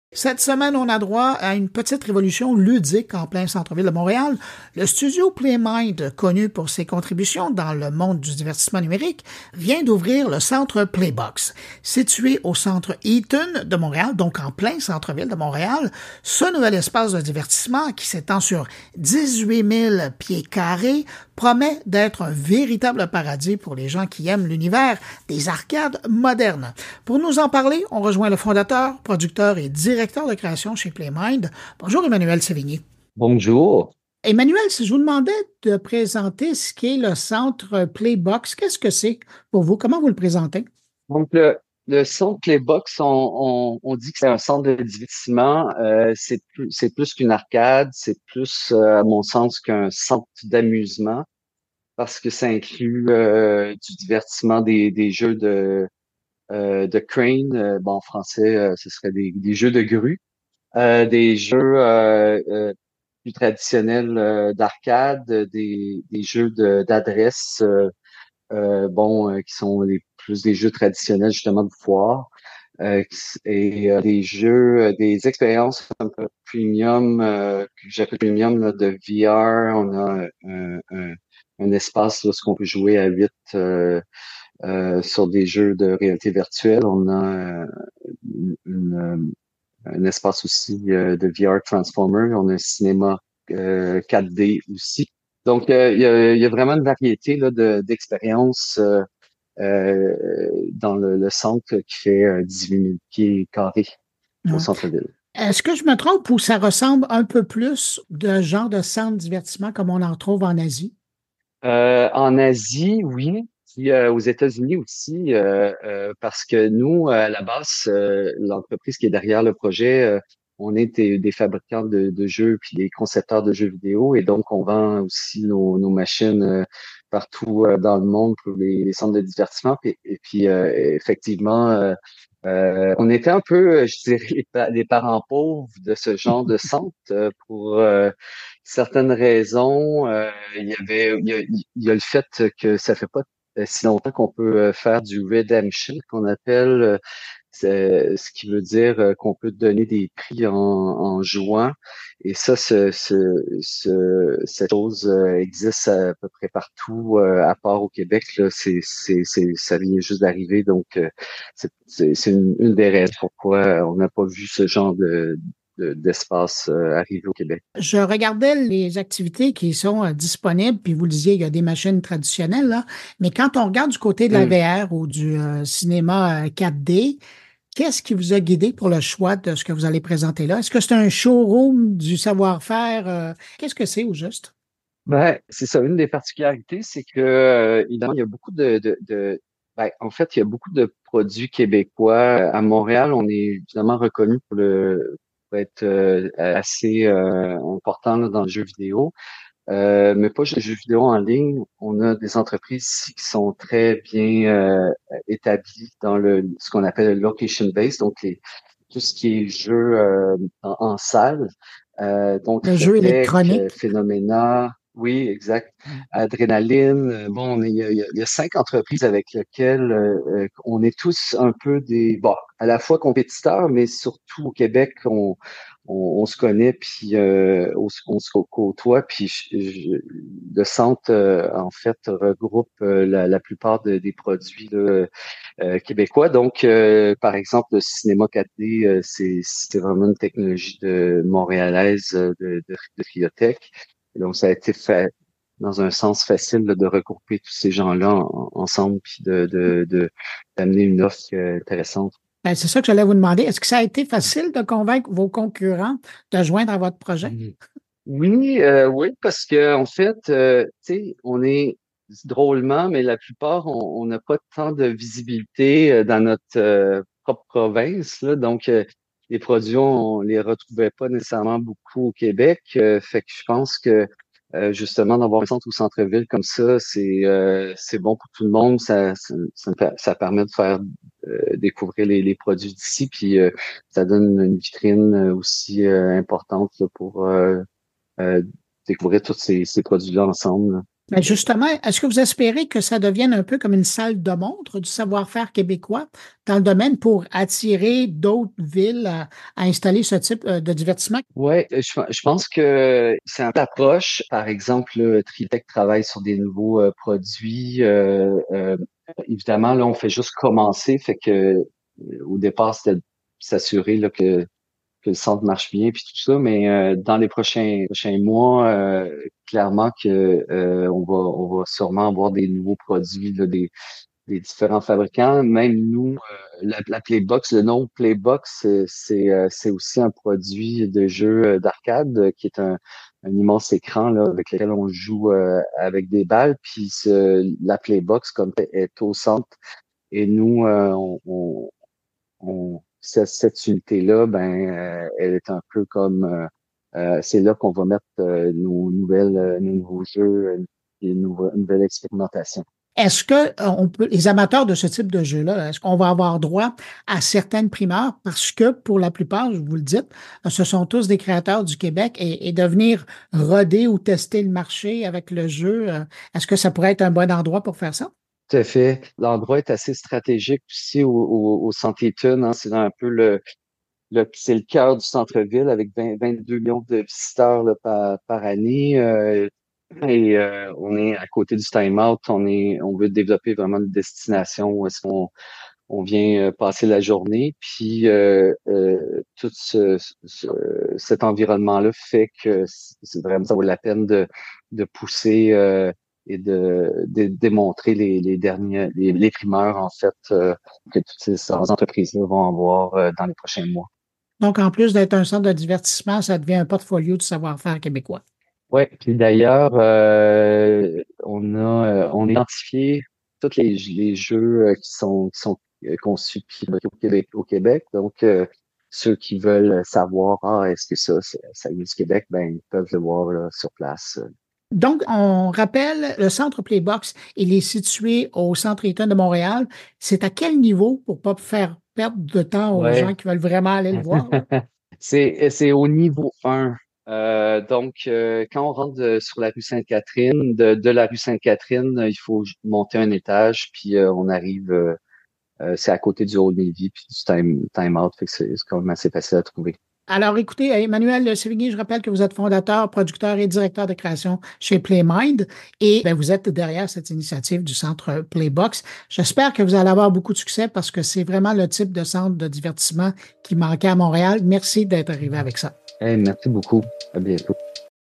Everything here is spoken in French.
Cette semaine, on a droit à une petite révolution ludique en plein centre-ville de Montréal. Le studio PlayMind, connu pour ses contributions dans le monde du divertissement numérique, vient d'ouvrir le centre Playbox. Situé au centre Eaton de Montréal, donc en plein centre-ville de Montréal, ce nouvel espace de divertissement qui s'étend sur 18 000 pieds carrés promet d'être un véritable paradis pour les gens qui aiment l'univers des arcades modernes. Pour nous en parler, on rejoint le fondateur, producteur et directeur de création chez PlayMind. Bonjour Emmanuel Sévigny. Bonjour. Emmanuel, si je vous demandais de présenter ce qu'est le centre Playbox, qu'est-ce que c'est pour vous? Comment vous le présentez? Donc, le centre Playbox, on dit que c'est un centre de divertissement. C'est plus qu'une arcade, c'est plus, à mon sens, qu'un centre d'amusement parce que ça inclut du divertissement, des jeux de crane. Bon, en français, ce serait des jeux de grue, des jeux plus traditionnels d'arcade, des jeux d'adresse. Qui sont plus des jeux traditionnels justement de foire des jeux, des expériences un peu premium que j'appelle premium là, de VR. On a un espace là, où on peut jouer à 8 sur des jeux de réalité virtuelle. On a un espace aussi de VR Transformer. On a un cinéma 4D aussi. Donc, il y a vraiment une variété là, d'expériences dans le centre qui fait 18 000 pieds carrés au Ouais. centre-ville. Est-ce que je me trompe ou ça ressemble un peu plus de genre de centre de divertissement comme on en trouve en Asie? En Asie, oui. Puis aux États-Unis aussi, parce que nous, à la base, l'entreprise qui est derrière le projet, on est des fabricants de jeux puis des concepteurs de jeux vidéo, et donc on vend aussi nos machines partout dans le monde pour les centres de divertissement. Et puis effectivement, on était un peu, je dirais, les parents pauvres de ce genre de centre pour certaines raisons. Il y a le fait que ça fait pas si longtemps qu'on peut faire du redemption, qu'on appelle, ce qui veut dire qu'on peut donner des prix en jouant. Et ça, cette chose existe à peu près partout, à part au Québec. Là, ça vient juste d'arriver. Donc, c'est une des raisons pourquoi on n'a pas vu ce genre d'espace arriver au Québec. Je regardais les activités qui sont disponibles, puis vous le disiez, il y a des machines traditionnelles, là, mais quand on regarde du côté de la Hum. VR ou du cinéma 4D, qu'est-ce qui vous a guidé pour le choix de ce que vous allez présenter là? Est-ce que c'est un showroom du savoir-faire? Qu'est-ce que c'est au juste? Ben, c'est ça. Une des particularités, c'est que évidemment, il y a beaucoup en fait, il y a beaucoup de produits québécois. À Montréal, on est évidemment reconnu pour être assez important là, dans le jeu vidéo. Mais pas juste les jeux vidéo en ligne. On a des entreprises ici qui sont très bien établies dans ce qu'on appelle le location base, donc tout ce qui est jeu en salle. Donc Le jeu Tech, électronique? Phénoména, oui, exact. Adrénaline. Bon, il y a 5 entreprises avec lesquelles on est tous un peu bon, à la fois compétiteurs, mais surtout au Québec, on se connaît, puis on se côtoie, puis le centre, en fait, regroupe la plupart des produits là, québécois. Donc, par exemple, le cinéma 4D, c'est vraiment une technologie de montréalaise de Triotech. Et donc, ça a été fait dans un sens facile là, de regrouper tous ces gens-là ensemble, puis d'amener une offre intéressante. Ben, c'est ça que j'allais vous demander. Est-ce que ça a été facile de convaincre vos concurrents de joindre à votre projet? Mhm. Oui, oui, parce que en fait, tu sais, on est drôlement, mais la plupart, on n'a pas tant de visibilité dans notre propre province, là. Donc, les produits, on les retrouvait pas nécessairement beaucoup au Québec. Fait que je pense que justement d'avoir un centre au centre-ville comme ça, c'est bon pour tout le monde. Ça permet de faire découvrir les produits d'ici, puis ça donne une vitrine aussi importante là, pour euh, découvrir tous ces produits-là ensemble, là. Ben justement, est-ce que vous espérez que ça devienne un peu comme une salle de montre du savoir-faire québécois dans le domaine pour attirer d'autres villes à installer ce type de divertissement? Ouais, je pense que c'est un peu approche. Par exemple, là, Tritech travaille sur des nouveaux produits. Évidemment, là, on fait juste commencer, fait que au départ, c'était de s'assurer là, que le centre marche bien puis tout ça, mais dans les prochains mois, clairement que on va sûrement avoir des nouveaux produits là, des différents fabricants. Même nous, la Playbox, le nom Playbox, c'est aussi un produit de jeu d'arcade qui est un immense écran là, avec lequel on joue avec des balles. Puis la Playbox comme est au centre et nous, cette unité-là, ben, elle est un peu comme c'est là qu'on va mettre nos nouveaux jeux et une nouvelle expérimentation. Est-ce que on peut, les amateurs de ce type de jeu-là, est-ce qu'on va avoir droit à certaines primeurs? Parce que pour la plupart, vous le dites, ce sont tous des créateurs du Québec et de venir roder ou tester le marché avec le jeu, est-ce que ça pourrait être un bon endroit pour faire ça? Tout à fait. L'endroit est assez stratégique aussi au Centre Eaton, hein. C'est un peu c'est le cœur du centre-ville avec 22 millions de visiteurs là, par année. On est à côté du Time Out. On veut développer vraiment une destination où est-ce qu'on vient passer la journée. Puis tout cet environnement-là fait que c'est vraiment ça vaut la peine de pousser et de démontrer les primeurs en fait que toutes ces entreprises-là vont avoir dans les prochains mois. Donc, en plus d'être un centre de divertissement, ça devient un portfolio du savoir-faire québécois. Ouais, puis d'ailleurs, on a identifié tous les jeux qui sont conçus puis fabriqués au Québec. Donc, ceux qui veulent savoir, est-ce que ça vient du Québec, ben ils peuvent le voir là, sur place. Donc, on rappelle, le centre Playbox, il est situé au centre Eaton de Montréal. C'est à quel niveau pour pas faire perdre de temps aux gens Ouais. qui veulent vraiment aller le voir, là? C'est au niveau 1. Donc, quand on rentre sur la rue Sainte-Catherine, de la rue Sainte-Catherine, il faut monter un étage, puis on arrive. C'est à côté du Old Navy puis du Time Out, fait que c'est quand même assez facile à trouver. Alors, écoutez, Emmanuel Sévigny, je rappelle que vous êtes fondateur, producteur et directeur de création chez PlayMind et ben, vous êtes derrière cette initiative du centre Playbox. J'espère que vous allez avoir beaucoup de succès parce que c'est vraiment le type de centre de divertissement qui manquait à Montréal. Merci d'être arrivé avec ça. Hey, merci beaucoup. À bientôt.